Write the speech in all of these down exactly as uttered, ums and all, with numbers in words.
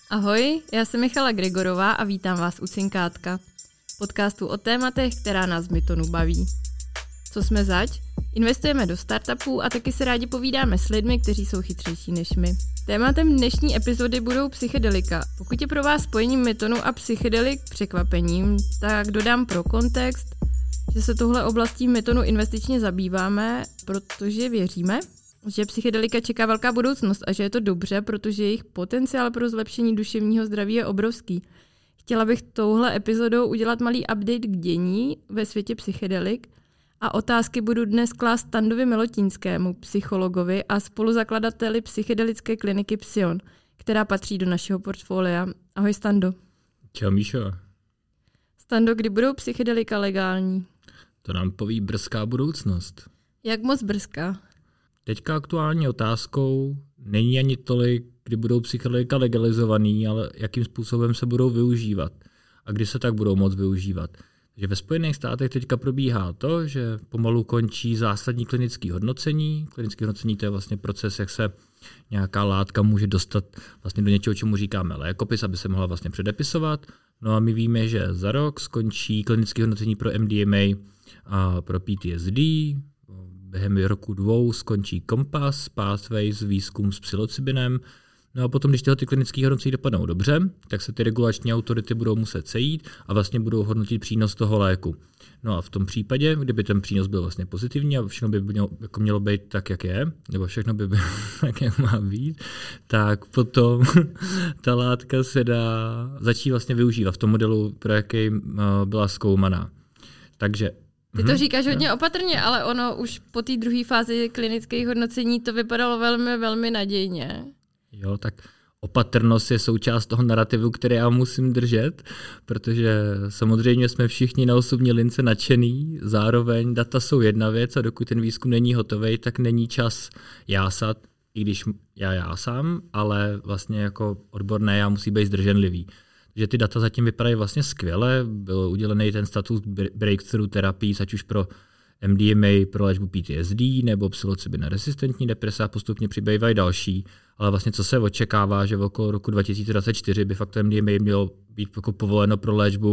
Ahoj, já jsem Michala Gregorová a vítám vás u Cinkátka, podcastu o tématech, která nás v Mytonu baví. Co jsme zač? Investujeme do startupů a taky se rádi povídáme s lidmi, kteří jsou chytřejší než my. Tématem dnešní epizody budou psychedelika. Pokud je pro vás spojení Mytonu a psychedelik překvapením, tak dodám pro kontext, že se tohle oblastí Mytonu investičně zabýváme, protože věříme, že psychedelika čeká velká budoucnost a že je to dobře, protože jejich potenciál pro zlepšení duševního zdraví je obrovský. Chtěla bych touhle epizodou udělat malý update k dění ve světě psychedelik a otázky budu dnes klást Standovi Milotínskému, psychologovi a spoluzakladateli psychedelické kliniky Psion, která patří do našeho portfolia. Ahoj Stando. Čau Míšo. Stando, kdy budou psychedelika legální? To nám poví brzká budoucnost. Jak moc brzká? Teďka aktuální otázkou není ani tolik, kdy budou psychedelika legalizovaný, ale jakým způsobem se budou využívat a kdy se tak budou moct využívat. Takže ve Spojených státech teďka probíhá to, že pomalu končí zásadní klinické hodnocení. Klinické hodnocení to je vlastně proces, jak se nějaká látka může dostat vlastně do něčeho, čemu říkáme lékopis, aby se mohla vlastně předepisovat. No a my víme, že za rok skončí klinické hodnocení pro M D M A a pro P T S D. Během roku dvou skončí Compass, Pathways, výzkum s psilocybinem. No a potom, když tyhle ty klinické hodnocení dopadnou dobře, tak se ty regulační autority budou muset sejít a vlastně budou hodnotit přínos toho léku. No a v tom případě, kdyby ten přínos byl vlastně pozitivní a všechno by mělo, jako mělo být tak, jak je, nebo všechno by bylo tak, jak má být, tak potom ta látka se dá začít vlastně využívat v tom modelu, pro jaký byla zkoumaná. Takže Ty to říkáš hodně opatrně, ale ono už po té druhé fázi klinických hodnocení to vypadalo velmi, velmi nadějně. Jo, tak opatrnost je součást toho narrativu, který já musím držet, protože samozřejmě jsme všichni na osobní lince nadšený, zároveň data jsou jedna věc a dokud ten výzkum není hotový, tak není čas jásat, i když já jásám, ale vlastně jako odborné já musí být zdrženlivý. Že ty data zatím vypadají vlastně skvěle, byl udělený ten status breakthrough terapii, ať už pro M D M A, pro léčbu P T S D nebo psilocybin rezistentní deprese a postupně přibývají další, ale vlastně co se očekává, že v okolo roku dva tisíce dvacet čtyři by fakt M D M A mělo být jako povoleno pro léčbu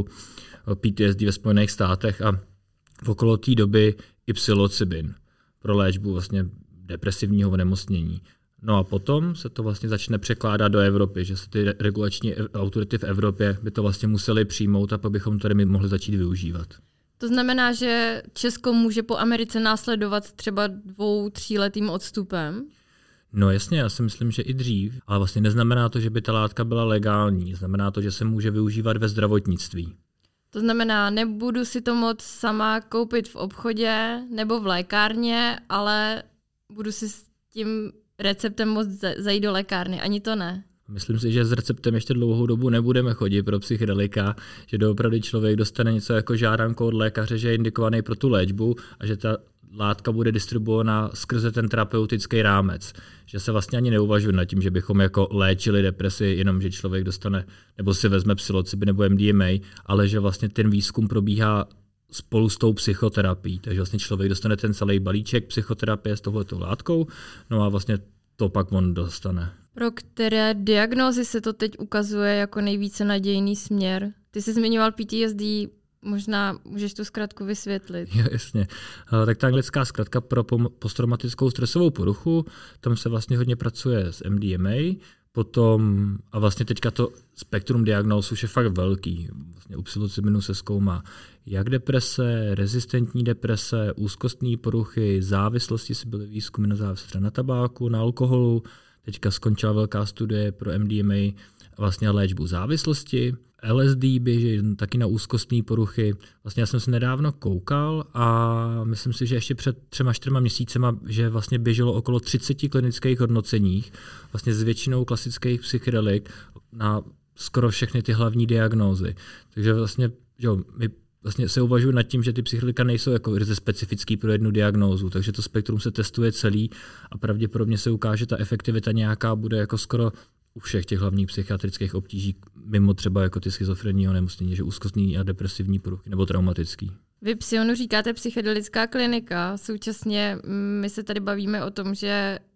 P T S D ve Spojených státech a v okolo té doby i psilocybin pro léčbu vlastně depresivního onemocnění. No a potom se to vlastně začne překládat do Evropy, že se ty regulační autority v Evropě by to vlastně museli přijmout a pak bychom to tady mohli začít využívat. To znamená, že Česko může po Americe následovat třeba dvou, tříletým odstupem? No jasně, já si myslím, že i dřív, ale vlastně neznamená to, že by ta látka byla legální. Znamená to, že se může využívat ve zdravotnictví. To znamená, nebudu si to moct sama koupit v obchodě nebo v lékárně, ale budu si s tím receptem moct zajít do lékárny. Ani to ne. Myslím si, že s receptem ještě dlouhou dobu nebudeme chodit pro psychedelika, že doopravdy člověk dostane něco jako žádanku od lékaře, že je indikovaný pro tu léčbu a že ta látka bude distribuována skrze ten terapeutický rámec. Že se vlastně ani neuvažuje nad tím, že bychom jako léčili depresi, jenom že člověk dostane nebo si vezme psilocybin nebo M D M A, ale že vlastně ten výzkum probíhá spolu s tou psychoterapií. Takže vlastně člověk dostane ten celý balíček psychoterapie s touhletou látkou, no a vlastně to pak on dostane. Pro které diagnózy se to teď ukazuje jako nejvíce nadějný směr? Ty jsi zmiňoval P T S D, možná můžeš tu zkratku vysvětlit. Jo, jasně. Tak ta anglická zkratka pro posttraumatickou stresovou poruchu, tam se vlastně hodně pracuje s M D M A, potom, a vlastně teďka to spektrum diagnóz už je fakt velký. Vlastně u psilocybinu se zkoumá jak deprese, rezistentní deprese, úzkostní poruchy, závislosti, si byly výzkumy na závislosti na tabáku, na alkoholu. Teďka skončila velká studie pro M D M A vlastně léčbu závislosti. L S D běží taky na úzkostní poruchy. Vlastně já jsem se nedávno koukal a myslím si, že ještě před třema, čtyřma měsícema, že vlastně běželo okolo třicet klinických hodnoceních, vlastně s většinou klasických psychedelik na skoro všechny ty hlavní diagnózy. Takže vlastně, jo, my vlastně se uvažuji nad tím, že ty psychedelika nejsou jako ryze specifický pro jednu diagnózu, takže to spektrum se testuje celý a pravděpodobně se ukáže, že ta efektivita nějaká bude jako skoro u všech těch hlavních psychiatrických obtíží, mimo třeba jako ty schizofrenní onemocnění, že úzkostní a depresivní poruchy nebo traumatický. Vy Psionu říkáte psychedelická klinika, současně my se tady bavíme o tom, že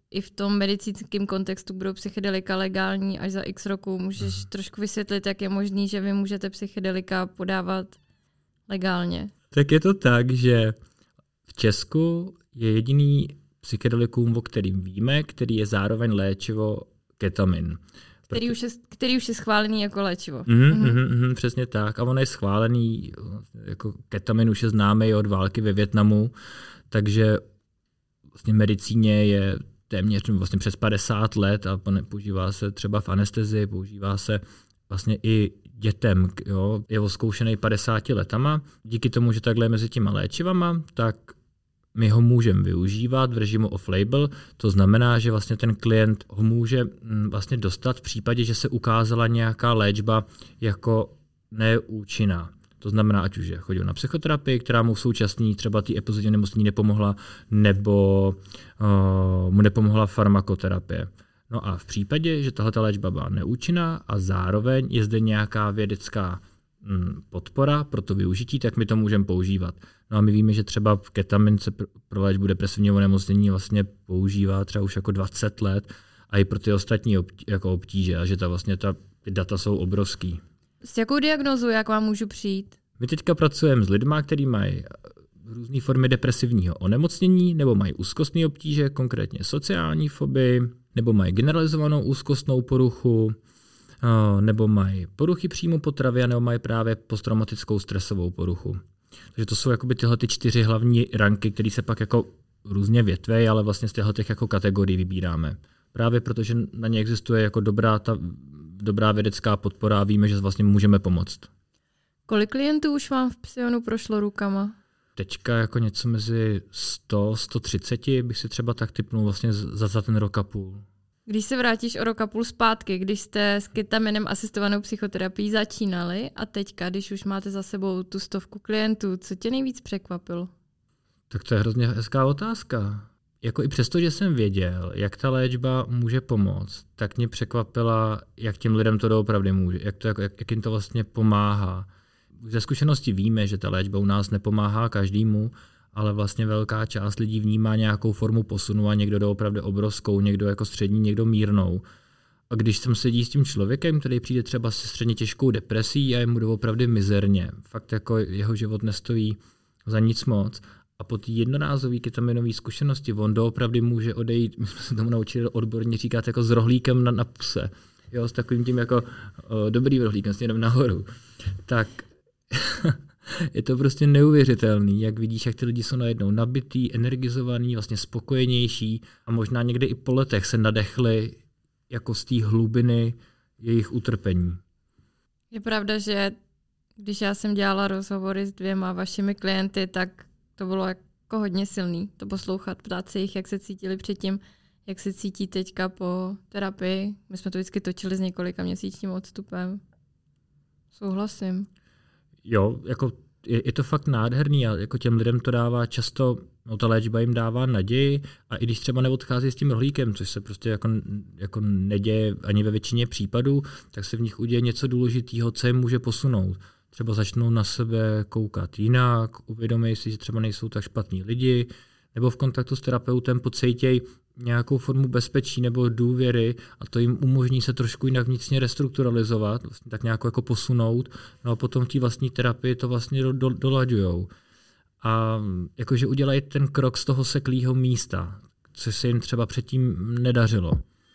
i v tom medicínském kontextu budou psychedelika legální až za x roků. Můžeš hmm. trošku vysvětlit, jak je možný, že vy můžete psychedelika podávat legálně? Tak je to tak, že v Česku je jediný psychedelikum, o kterým víme, který je zároveň léčivo ketamin. Který, Proto... už je, který už je schválený jako léčivo. Mm, mm, mm, mm, přesně tak. A on je schválený, jako ketamin už je známý od války ve Vietnamu, takže vlastně medicíně je téměř vlastně přes padesát let a používá se třeba v anestezii, používá se vlastně i dětem, jo, je oskoušený padesáti letama. Díky tomu, že takhle je mezi těma léčivama, tak my ho můžeme využívat v režimu off-label, to znamená, že vlastně ten klient ho může vlastně dostat v případě, že se ukázala nějaká léčba jako neúčinná. To znamená, ať už je chodil na psychoterapii, která mu v současný třeba té epizodě nemocní nepomohla, nebo uh, mu nepomohla farmakoterapie. No a v případě, že tahle léčba byla neúčinná a zároveň je zde nějaká vědecká mm, podpora pro to využití, tak my to můžeme používat. No a my víme, že třeba ketamin se pro léčbu depresivního onemocnění vlastně používá třeba už jako dvacet let a i pro ty ostatní obtí, jako obtíže a že ta vlastně ta, ty data jsou obrovský. S jakou diagnózou, jak vám můžu přijít? My teďka pracujeme s lidmi, kteří mají různé formy depresivního onemocnění nebo mají úzkostné obtíže, konkrétně sociální fobii, nebo mají generalizovanou úzkostnou poruchu, nebo mají poruchy příjmu potravy, nebo mají právě posttraumatickou stresovou poruchu. Takže to jsou jakoby tyhle ty čtyři hlavní ranky, které se pak jako různě větvejí, ale vlastně z těchto těch jako kategorií vybíráme. Právě protože na ně existuje jako dobrá, ta, dobrá vědecká podpora a víme, že vlastně můžeme pomoct. Kolik klientů už vám v Psionu prošlo rukama? Teďka jako něco mezi sto, sto třicet bych si třeba tak tipnul vlastně za, za ten rok a půl. Když se vrátíš o rok a půl zpátky, když jste s ketaminem asistovanou psychoterapií začínali a teďka, když už máte za sebou tu stovku klientů, co tě nejvíc překvapilo? Tak to je hrozně hezká otázka. Jako i přesto, že jsem věděl, jak ta léčba může pomoct, tak mě překvapila, jak těm lidem to doopravdy může, jak, to, jak, jak jim to vlastně pomáhá. Ze zkušenosti víme, že ta léčba u nás nepomáhá každému, ale vlastně velká část lidí vnímá nějakou formu posunu a někdo doopravdy obrovskou, někdo jako střední, někdo mírnou. A když jsem sedí s tím člověkem, který přijde třeba se středně těžkou depresí a je mu doopravdy mizerně, fakt jako jeho život nestojí za nic moc, a po té jednorázové ketaminové zkušenosti on doopravdy může odejít, my jsme se tomu naučili odborně říkat, jako s rohlíkem na, na puse, jo, s takovým tím jako o, dobrý rohlíkem, směrem nahoru. Tak je to prostě neuvěřitelný, jak vidíš, jak ty lidi jsou najednou nabitý, energizovaný, vlastně spokojenější a možná někde i po letech se nadechli jako z té hlubiny jejich utrpení. Je pravda, že když já jsem dělala rozhovory s dvěma vašimi klienty, tak to bylo jako hodně silný to poslouchat, ptát se jich, jak se cítili předtím, jak se cítí teďka po terapii. My jsme to vždycky točili s několika měsíčním odstupem. Souhlasím. Jo, jako je, je to fakt nádherný a jako těm lidem to dává často, no ta léčba jim dává naději a i když třeba neodchází s tím rohlíkem, což se prostě jako, jako neděje ani ve většině případů, tak se v nich uděje něco důležitého, co jim může posunout. Třeba začnou na sebe koukat jinak, uvědomí si, že třeba nejsou tak špatní lidi, nebo v kontaktu s terapeutem pocítějí nějakou formu bezpečí nebo důvěry a to jim umožní se trošku jinak vnitřně restrukturalizovat, vlastně tak nějak jako posunout, no a potom v té vlastní terapii to vlastně do, do, dolaďujou. A jakože udělají ten krok z toho seklého místa, což se jim třeba předtím nedařilo.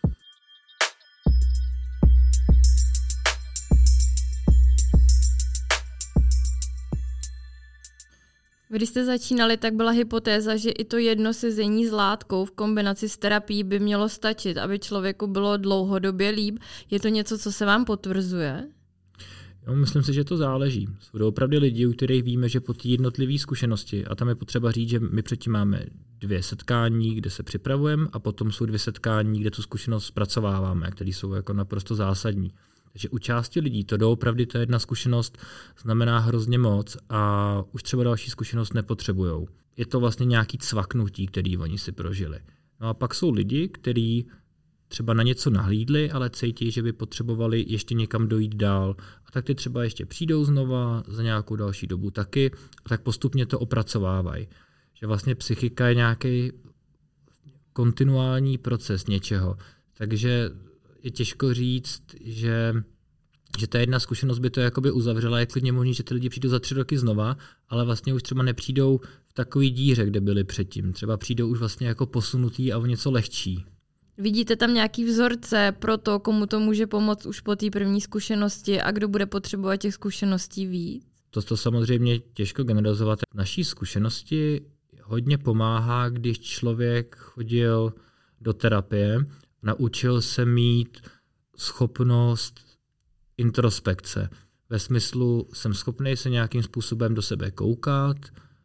Když jste začínali, tak byla hypotéza, že i to jedno sezení s látkou v kombinaci s terapií by mělo stačit, aby člověku bylo dlouhodobě líp. Je to něco, co se vám potvrzuje? Jo, myslím si, že to záleží. Jsou to opravdu lidi, u kterých víme, že po té jednotlivé zkušenosti, a tam je potřeba říct, že my předtím máme dvě setkání, kde se připravujeme, a potom jsou dvě setkání, kde tu zkušenost zpracováváme, které jsou jako naprosto zásadní. Takže u části lidí to doopravdy ta jedna zkušenost znamená hrozně moc a už třeba další zkušenost nepotřebujou. Je to vlastně nějaký cvaknutí, který oni si prožili. No a pak jsou lidi, kteří třeba na něco nahlídli, ale cítí, že by potřebovali ještě někam dojít dál. A tak ty třeba ještě přijdou znova za nějakou další dobu taky a tak postupně to opracovávají. Že vlastně psychika je nějaký kontinuální proces něčeho. Takže je těžko říct, že, že ta jedna zkušenost by to jakoby uzavřela. Je klidně možný, že ty lidi přijdou za tři roky znova, ale vlastně už třeba nepřijdou v takový díře, kde byli předtím. Třeba přijdou už vlastně jako posunutý a o něco lehčí. Vidíte tam nějaký vzorce pro to, komu to může pomoct už po té první zkušenosti a kdo bude potřebovat těch zkušeností víc? To, to samozřejmě těžko generalizovat. Naší zkušenosti hodně pomáhá, když člověk chodil do terapie, naučil se mít schopnost introspekce. Ve smyslu, jsem schopný se nějakým způsobem do sebe koukat,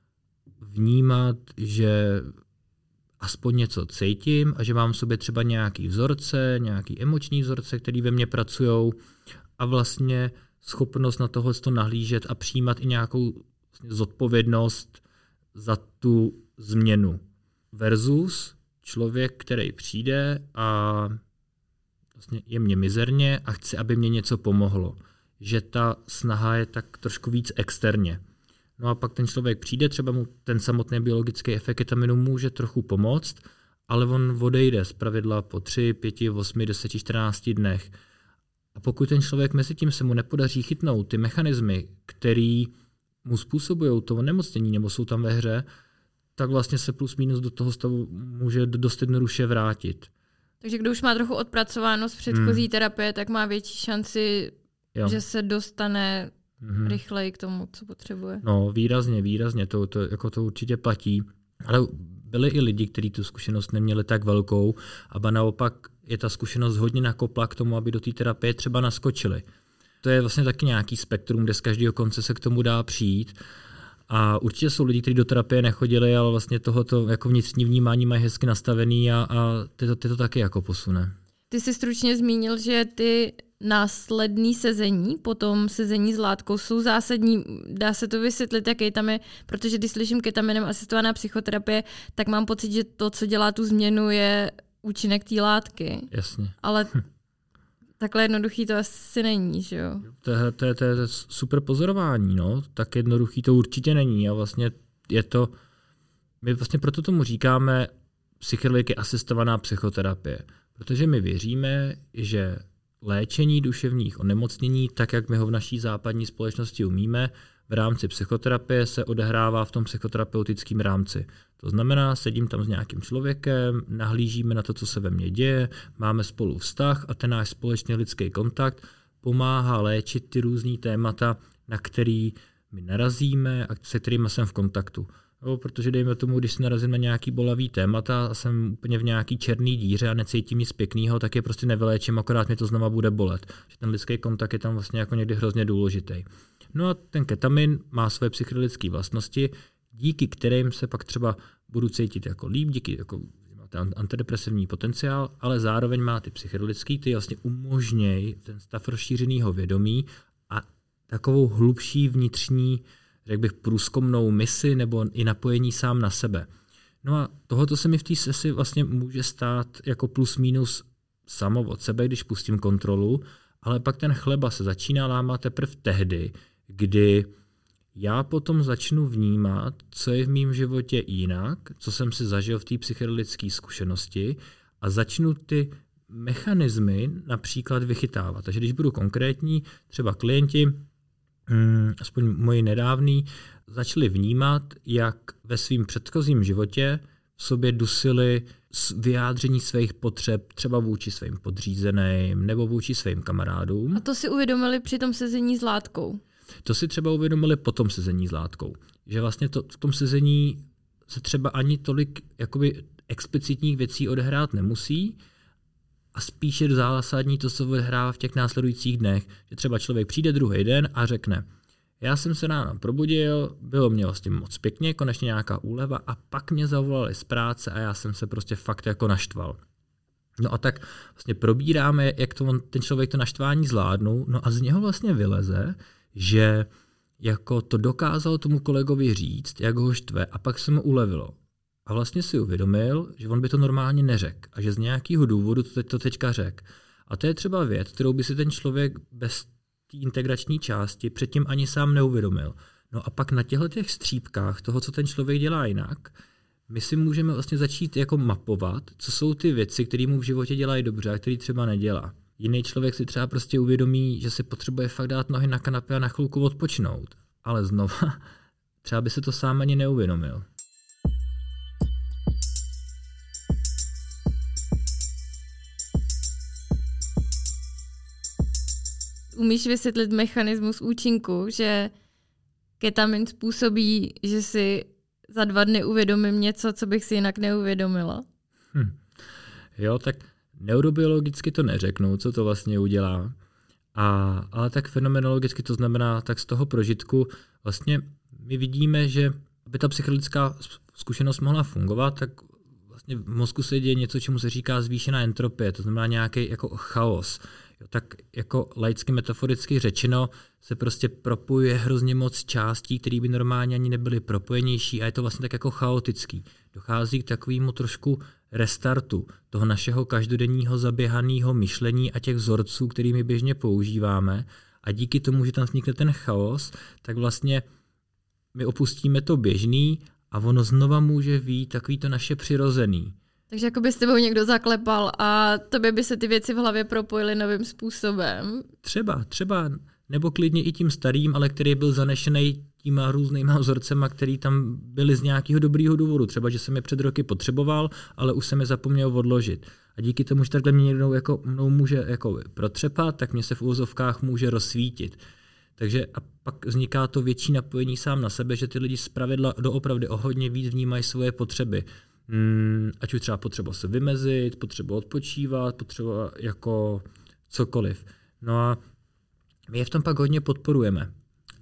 vnímat, že aspoň něco cítím a že mám v sobě třeba nějaký vzorce, nějaký emoční vzorce, který ve mně pracujou a vlastně schopnost na tohle nahlížet a přijímat i nějakou vlastně zodpovědnost za tu změnu. Versus člověk, který přijde a vlastně je mě mizerně a chce, aby mě něco pomohlo. Že ta snaha je tak trošku víc externě. No a pak ten člověk přijde, třeba mu ten samotný biologický efekt ketaminu může trochu pomoct, ale on odejde zpravidla po tři, pěti, osmi, deseti, čtrnácti dnech. A pokud ten člověk mezi tím se mu nepodaří chytnout ty mechanismy, který mu způsobují to onemocnění nebo jsou tam ve hře, tak vlastně se plus minus do toho stavu může dost jednoduše vrátit. Takže kdo už má trochu odpracováno z předchozí hmm. terapie, tak má větší šanci, jo. že se dostane hmm. rychleji k tomu, co potřebuje. No výrazně, výrazně, to, to, jako to určitě platí. Ale byli i lidi, kteří tu zkušenost neměli tak velkou, a ba naopak je ta zkušenost hodně nakopla k tomu, aby do té terapie třeba naskočili. To je vlastně taky nějaký spektrum, kde z každého konce se k tomu dá přijít. A určitě jsou lidi, kteří do terapie nechodili, ale vlastně tohoto jako vnitřní vnímání mají hezky nastavený a, a ty, to, ty to taky jako posune. Ty jsi stručně zmínil, že ty následný sezení, potom sezení s látkou jsou zásadní. Dá se to vysvětlit, jaký tam je, protože když slyším ketaminem asistovaná psychoterapie, tak mám pocit, že to, co dělá tu změnu, je účinek té látky. Jasně. Ale takhle jednoduchý to asi není, že jo? To je, to je, to je super pozorování, no. Tak jednoduchý to určitě není a vlastně je to, my vlastně proto tomu říkáme psychedeliky asistovaná psychoterapie, protože my věříme, že léčení duševních onemocnění, tak jak my ho v naší západní společnosti umíme, v rámci psychoterapie se odehrává v tom psychoterapeutickém rámci. To znamená, sedím tam s nějakým člověkem, nahlížíme na to, co se ve mně děje, máme spolu vztah a ten náš společný lidský kontakt pomáhá léčit ty různý témata, na který my narazíme a se kterými jsem v kontaktu. Jo, protože dejme tomu, když si narazím na nějaký bolavý témata a jsem úplně v nějaký černý díře a necítím nic pěknýho, tak je prostě nevyléčím, akorát mě to znova bude bolet. Že ten lidský kontakt je tam vlastně jako někdy hrozně důležitý. No a ten ketamin má své psychedelické vlastnosti, díky kterým se pak třeba budu cítit jako líp, díky jako ten antidepresivní potenciál, ale zároveň má ty psychedelický, ty vlastně umožňují ten stav rozšířeného vědomí a takovou hlubší vnitřní, řekl bych, průzkumnou misi nebo i napojení sám na sebe. No a tohoto se mi v té sesi vlastně může stát jako plus minus samo od sebe, když pustím kontrolu, ale pak ten chleba se začíná lámat teprve tehdy, kdy já potom začnu vnímat, co je v mém životě jinak, co jsem si zažil v té psychedelické zkušenosti a začnu ty mechanismy například vychytávat. Takže když budu konkrétní, třeba klienti, Hmm, aspoň moji nedávný, začali vnímat, jak ve svém předchozím životě v sobě dusili vyjádření svých potřeb třeba vůči svým podřízeným nebo vůči svým kamarádům. A to si uvědomili při tom sezení s látkou? To si třeba uvědomili po tom sezení s látkou. Že vlastně to, v tom sezení se třeba ani tolik jakoby explicitních věcí odehrát nemusí, a spíše do zásadní to, co odehrává v těch následujících dnech, že třeba člověk přijde druhý den a řekne, já jsem se ráno probudil, bylo mě vlastně moc pěkně, konečně nějaká úleva a pak mě zavolali z práce a já jsem se prostě fakt jako naštval. No a tak vlastně probíráme, jak to on, ten člověk to naštvání zvládnul, no a z něho vlastně vyleze, že jako to dokázal tomu kolegovi říct, jak ho štve a pak se mu ulevilo. A vlastně si uvědomil, že on by to normálně neřekl a že z nějakého důvodu to, teď, to teďka řekl. A to je třeba věc, kterou by si ten člověk bez té integrační části předtím ani sám neuvědomil. No a pak na těchto těch střípkách toho, co ten člověk dělá jinak, my si můžeme vlastně začít jako mapovat, co jsou ty věci, které mu v životě dělají dobře a které třeba nedělá. Jiný člověk si třeba prostě uvědomí, že si potřebuje fakt dát nohy na kanapě a na chvilku odpočnout. Ale znova, třeba by se to sám ani neuvědomil. Umíš vysvětlit mechanismus účinku, že ketamin způsobí, že si za dva dny uvědomím něco, co bych si jinak neuvědomila? Hm. Jo, tak neurobiologicky to neřeknu, co to vlastně udělá, a, ale tak fenomenologicky to znamená, tak z toho prožitku vlastně my vidíme, že aby ta psychedelická zkušenost mohla fungovat, tak vlastně v mozku se děje něco, čemu se říká zvýšená entropie, to znamená nějaký jako chaos. Jo, tak jako laicky metaforicky řečeno se prostě propojuje hrozně moc částí, které by normálně ani nebyly propojenější a je to vlastně tak jako chaotický. Dochází k takovému trošku restartu toho našeho každodenního zaběhaného myšlení a těch vzorců, kterými běžně používáme, a díky tomu, že tam vznikne ten chaos, tak vlastně my opustíme to běžný a ono znova může být takový to naše přirozený. Takže jako by s tebou někdo zaklepal a tobě by se ty věci v hlavě propojily novým způsobem? Třeba, třeba, nebo klidně i tím starým, ale který byl zanešený těma různýma vzorcema, který tam byly z nějakého dobrýho důvodu. Třeba, že jsem je před roky potřeboval, ale už jsem je zapomněl odložit. A díky tomu, že takhle mě někdo jako mnou může jako protřepat, tak mě se v uvozovkách může rozsvítit. Takže a pak vzniká to větší napojení sám na sebe, že ty lidi zpravidla doopravdy o hodně víc vnímají svoje potřeby. Hmm, ať už třeba potřeba se vymezit, potřeba odpočívat, potřeba jako cokoliv. No a my je v tom pak hodně podporujeme,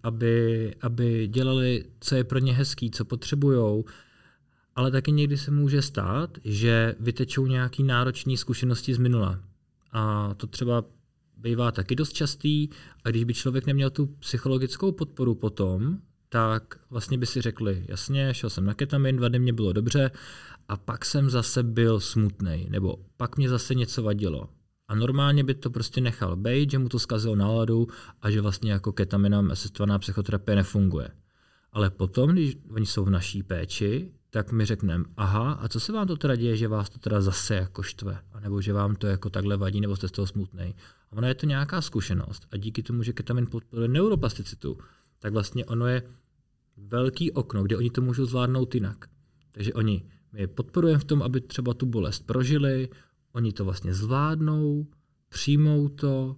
aby, aby dělali, co je pro ně hezký, co potřebujou, ale taky někdy se může stát, že vytečou nějaký náročné zkušenosti z minula. A to třeba bývá taky dost častý, a když by člověk neměl tu psychologickou podporu potom, tak vlastně by si řekli, jasně, šel jsem na ketamin, dva dny mě bylo dobře a pak jsem zase byl smutnej, nebo pak mě zase něco vadilo. A normálně by to prostě nechal bejt, že mu to zkazilo náladu a že vlastně jako ketaminem asistovaná psychoterapie nefunguje. Ale potom, když oni jsou v naší péči, tak my řekneme, aha, a co se vám to teda děje, že vás to teda zase jako štve, anebo že vám to jako takhle vadí, nebo jste z toho smutnej. A ona je to nějaká zkušenost a díky tomu, že ketamin podporuje neuroplasticitu, tak vlastně ono je velký okno, kde oni to můžou zvládnout jinak. Takže oni, my je podporujeme v tom, aby třeba tu bolest prožili, oni to vlastně zvládnou, přijmou to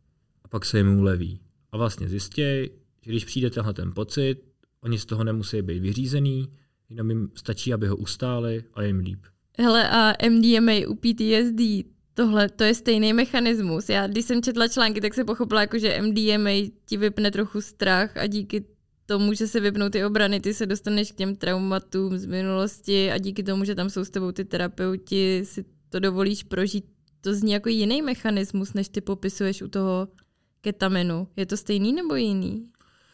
a pak se jim uleví. A vlastně zjistějí, že když přijde tenhle ten pocit, oni z toho nemusí být vyřízený, jenom jim stačí, aby ho ustáli a jim líp. Hele, a M D M A u P T S D, tohle, to je stejný mechanismus. Já, když jsem četla články, tak se pochopila, jako, že M D M A ti vypne trochu strach a díky tomu, že se vypnou ty obrany, ty se dostaneš k těm traumatům z minulosti a díky tomu, že tam jsou s tebou ty terapeuti, si to dovolíš prožít. To zní jako jiný mechanismus, než ty popisuješ u toho ketaminu. Je to stejný nebo jiný?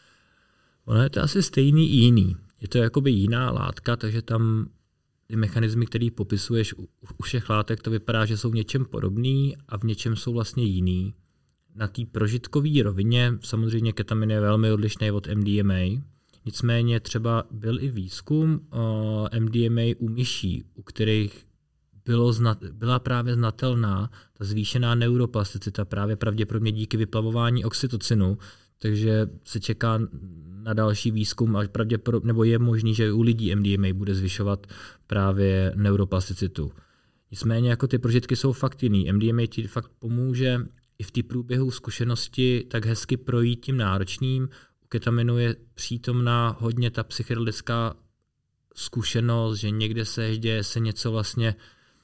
Ono je to asi stejný i jiný. Je to jakoby jiná látka, takže tam ty mechanismy, které popisuješ u, u všech látek, to vypadá, že jsou v něčem podobný a v něčem jsou vlastně jiný. Na té prožitkové rovině samozřejmě ketamin je velmi odlišný od M D M A, nicméně třeba byl i výzkum o M D M A u myší, u kterých bylo znat, byla právě znatelná ta zvýšená neuroplasticita právě pravděpodobně díky vyplavování oxytocinu, takže se čeká na další výzkum a pravděpodobně, nebo je možný, že u lidí M D M A bude zvyšovat právě neuroplasticitu. Nicméně jako ty prožitky jsou fakt jiný. M D M A ti fakt pomůže i v té průběhu zkušenosti tak hezky projít tím náročným. U ketaminu je přítomná hodně ta psychedelická zkušenost, že někde se děje se něco vlastně,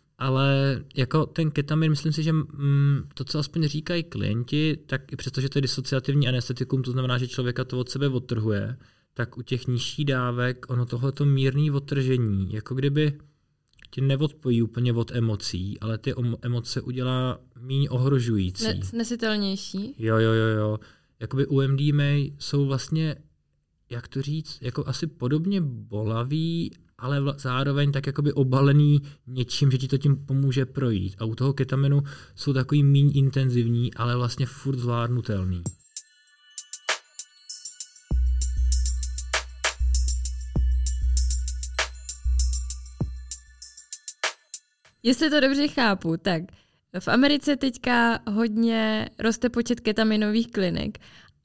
ale jako ten ketamin, myslím si, že mm, to, co aspoň říkají klienti, tak i přesto, že to je disociativní anestetikum, to znamená, že člověka to od sebe odtrhuje, tak u těch nižších dávek ono tohleto mírné odtržení, jako kdyby tě neodpojí úplně od emocí, ale ty emoce udělá méně ohrožující. Ne, nesitelnější. Jo, jo, jo, jo. Jakoby u M D M A jsou vlastně, jak to říct, jako asi podobně bolavý, ale vla, zároveň tak jakoby obalený něčím, že ti to tím pomůže projít. A u toho ketaminu jsou takový méně intenzivní, ale vlastně furt zvládnutelný. Jestli to dobře chápu, tak v Americe teďka hodně roste počet ketaminových klinik,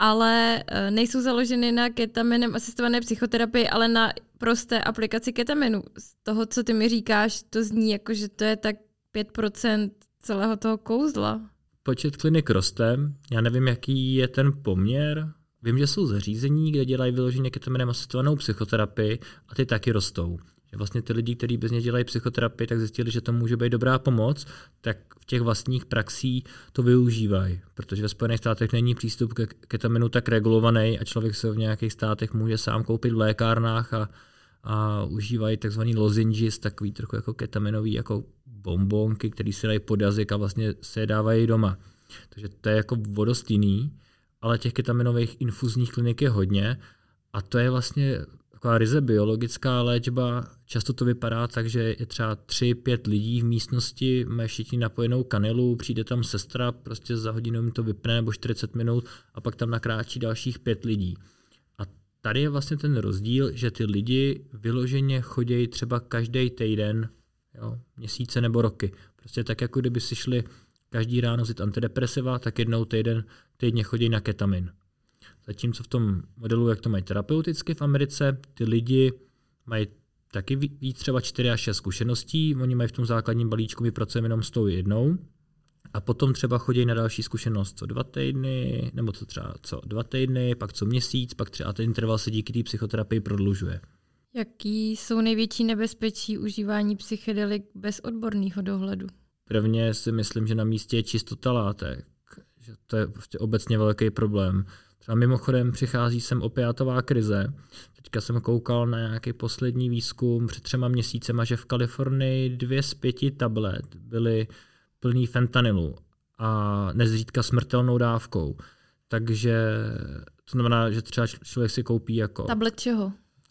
ale nejsou založeny na ketaminem asistované psychoterapii, ale na prosté aplikaci ketaminu. Z toho, co ty mi říkáš, to zní jako, že to je tak pět procent celého toho kouzla. Počet klinik roste, já nevím, jaký je ten poměr. Vím, že jsou zařízení, kde dělají vyloženě ketaminem asistovanou psychoterapii a ty taky rostou. Že vlastně ty lidi, kteří bez něj dělají psychoterapii, tak zjistili, že to může být dobrá pomoc, tak v těch vlastních praxí to využívají, protože ve Spojených státech není přístup k ketaminu tak regulovaný a člověk se v nějakých státech může sám koupit v lékárnách a, a užívají takzvaný lozenges, takový trochu jako ketaminový jako bombonky, které se dají pod jazyk a vlastně se je dávají doma. Takže to je jako vodostýný, ale těch ketaminových infuzních klinik je hodně a to je vlastně taková ryze biologická léčba. Často to vypadá tak, že je třeba tři, pět lidí v místnosti, mají všichni napojenou kanilu, přijde tam sestra, prostě za hodinu jim to vypne nebo čtyřicet minut a pak tam nakráčí dalších pět lidí. A tady je vlastně ten rozdíl, že ty lidi vyloženě chodí třeba každý týden, jo, měsíce nebo roky. Prostě tak, jako kdyby si šli každý ráno vzít antidepresiva, tak jednou týden, týdně chodí na ketamin. Zatímco v tom modelu, jak to mají terapeuticky v Americe, ty lidi mají taky víc třeba čtyři až šest zkušeností, oni mají v tom základním balíčku, my pracujeme jenom s tou jednou a potom třeba chodí na další zkušenost co dva týdny, nebo co třeba co dva týdny, pak co měsíc, pak třeba ten interval se díky té psychoterapii prodlužuje. Jaký jsou největší nebezpečí užívání psychedelik bez odborného dohledu? Prvně si myslím, že na místě je čistota látek, že to je prostě obecně velký problém. Třeba mimochodem přichází sem opiátová krize. Teďka jsem koukal na nějaký poslední výzkum před třema měsícema, že v Kalifornii dvě z pěti tablet byly plný fentanylu a nezřídka smrtelnou dávkou. Takže to znamená, že třeba člověk si koupí jako... Tablet čeho?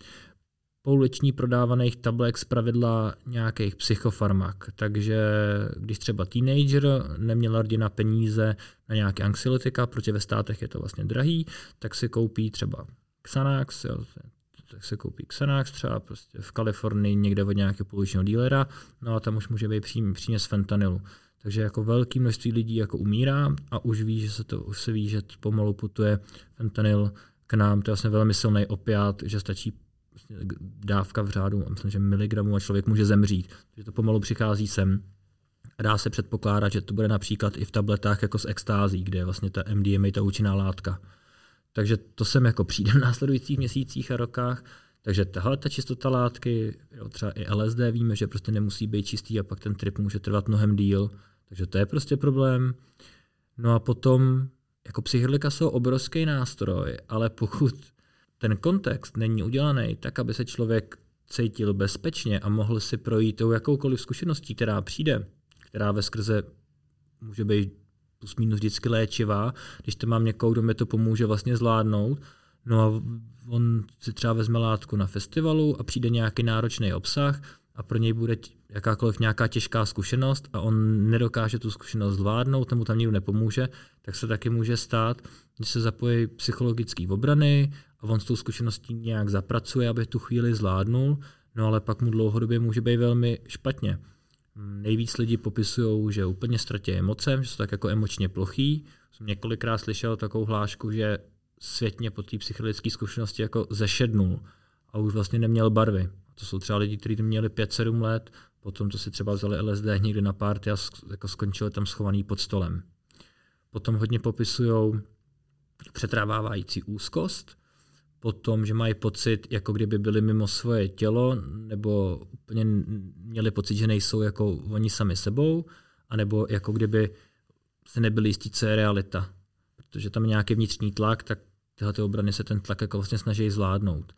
Pouliční prodávaných tablet zpravidla nějakých psychofarmak. Takže když třeba teenager neměla rodina peníze na nějaké anxiolytika, protože ve státech je to vlastně drahý, tak si koupí třeba Xanax, jo, tak si koupí Xanax třeba prostě v Kalifornii někde od nějakého pouličního dílera, no a tam už může být příměs fentanylu. Takže jako velké množství lidí jako umírá a už ví, že se to už se ví, že pomalu putuje fentanyl k nám. To je vlastně velmi silný opiát, že stačí dávka v řádu, myslím, že miligramů a člověk může zemřít. Takže to pomalu přichází sem. A dá se předpokládat, že to bude například i v tabletách jako s extází, kde je vlastně ta M D M A, ta účinná látka. Takže to sem jako přijde v následujících měsících a rokách. Takže tahle ta čistota látky, jo, třeba i L S D víme, že prostě nemusí být čistý a pak ten trip může trvat mnohem díl. Takže to je prostě problém. No a potom, jako psychedelika jsou obrovský nástroj, ale pokud ten kontext není udělaný tak, aby se člověk cítil bezpečně a mohl si projít tou jakoukoliv zkušeností, která přijde, která veskrze může být plus minus vždycky léčivá, když to mám někoho, kdo mi to pomůže vlastně zvládnout, no a on si třeba vezme látku na festivalu a přijde nějaký náročný obsah a pro něj bude jakákoliv nějaká těžká zkušenost a on nedokáže tu zkušenost zvládnout, tomu tam nikdo nepomůže, tak se taky může stát, že se zapojí psychologický obrany a on s tou zkušeností nějak zapracuje, aby tu chvíli zvládnul, no ale pak mu dlouhodobě může být velmi špatně. Nejvíc lidí popisují, že úplně ztratí emoce, že jsou tak jako emočně plochý. Jsem několikrát slyšel takovou hlášku, že světně po té psychologické zkušenosti jako zešednul a už vlastně neměl barvy. To jsou třeba lidi, kteří měli pět sedm let, potom to si třeba vzali L S D někde na party a jako skončili tam schovaný pod stolem. Potom hodně popisují přetrvávající úzkost, potom, že mají pocit, jako kdyby byli mimo svoje tělo, nebo úplně měli pocit, že nejsou jako oni sami sebou, anebo jako kdyby se nebyli jistí, co je realita. Protože tam je nějaký vnitřní tlak, tak tyhle ty obrany se ten tlak jako vlastně snaží zvládnout.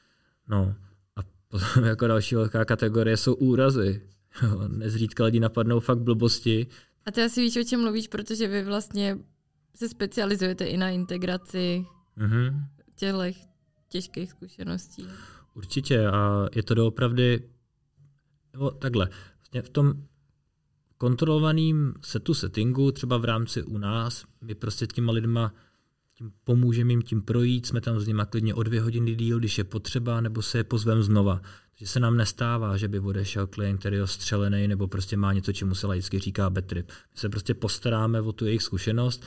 No a potom jako další velká kategorie jsou úrazy. Nezřídka lidi napadnou fakt blbosti. A ty asi víš, o čem mluvíš, protože vy vlastně se specializujete i na integraci mm-hmm. těchto těžkých zkušeností. Určitě a je to doopravdy nebo takhle. Vlastně v tom kontrolovaném setu settingu, třeba v rámci u nás, my prostě těma lidma tím pomůžeme jim tím projít, jsme tam s nima klidně o dvě hodiny díl, když je potřeba, nebo se je pozvem znova. Takže se nám nestává, že by odešel klient, který je ostřelený, nebo prostě má něco, čemu se laicky říká bad trip. My se prostě postaráme o tu jejich zkušenost.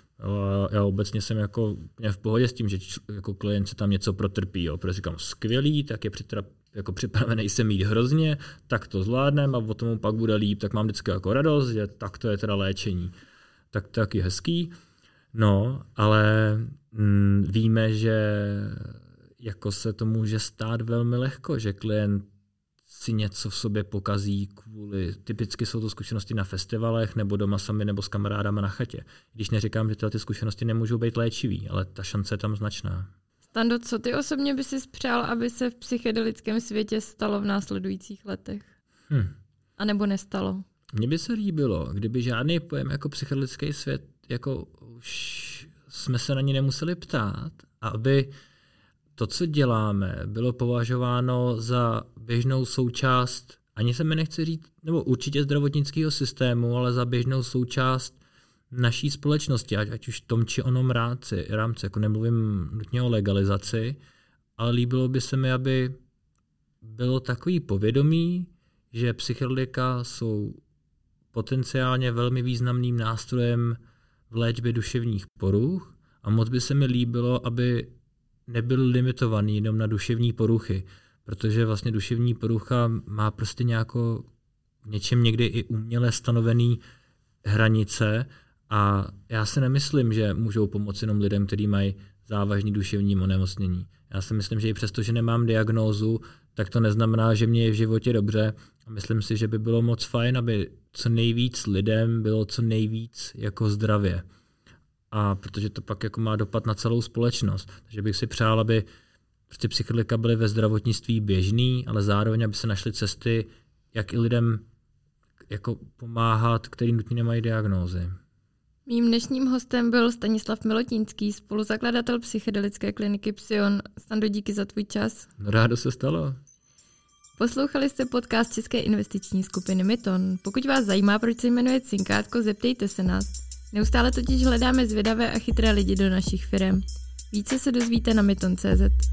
Já obecně jsem jako v pohodě s tím, že jako klient se tam něco protrpí. Jo. Protože říkám, skvělý, tak je přitra, jako připravený se mít hrozně, tak to zvládnem a o tomu pak bude líp, tak mám vždycky jako radost, že tak to je teda léčení. Tak to je taky hezký. No, ale mm, víme, že jako se to může stát velmi lehko, že klient si něco v sobě pokazí kvůli, typicky jsou to zkušenosti na festivalech, nebo doma sami, nebo s kamarádama na chatě. Když neříkám, že tyhle ty zkušenosti nemůžou být léčivý, ale ta šance je tam značná. Stando, co ty osobně by si přál, aby se v psychedelickém světě stalo v následujících letech? Hm. A nebo nestalo? Mně by se líbilo, kdyby žádný pojem jako psychedelický svět, jako už jsme se na ně nemuseli ptát, aby to, co děláme, bylo považováno za běžnou součást, ani se mi nechci říct, nebo určitě zdravotnického systému, ale za běžnou součást naší společnosti, ať, ať už v tom či onom rámci, rámci, jako nemluvím nutně o legalizaci, ale líbilo by se mi, aby bylo takový povědomí, že psychedelika jsou potenciálně velmi významným nástrojem v léčbě duševních poruch a moc by se mi líbilo, aby nebyl limitovaný jenom na duševní poruchy, protože vlastně duševní porucha má prostě nějakou v něčem někdy i uměle stanovený hranice a já si nemyslím, že můžou pomoci jenom lidem, kteří mají závažný duševní onemocnění. Já si myslím, že i přesto, že nemám diagnózu, tak to neznamená, že mě je v životě dobře a myslím si, že by bylo moc fajn, aby co nejvíc lidem bylo co nejvíc jako zdravě. A protože to pak jako má dopad na celou společnost. Takže bych si přál, aby prostě psychedelika byly ve zdravotnictví běžný, ale zároveň, aby se našly cesty, jak i lidem jako pomáhat, který nutně nemají diagnózy. Mým dnešním hostem byl Stanislav Milotínský, spoluzakladatel psychedelické kliniky Psion. Stando, díky za tvůj čas. No, rádo se stalo. Poslouchali jste podcast české investiční skupiny Myton. Pokud vás zajímá, proč se jmenuje Cinkátko, zeptejte se nás. Neustále totiž hledáme zvědavé a chytré lidi do našich firem. Více se dozvíte na myton tečka cé zet.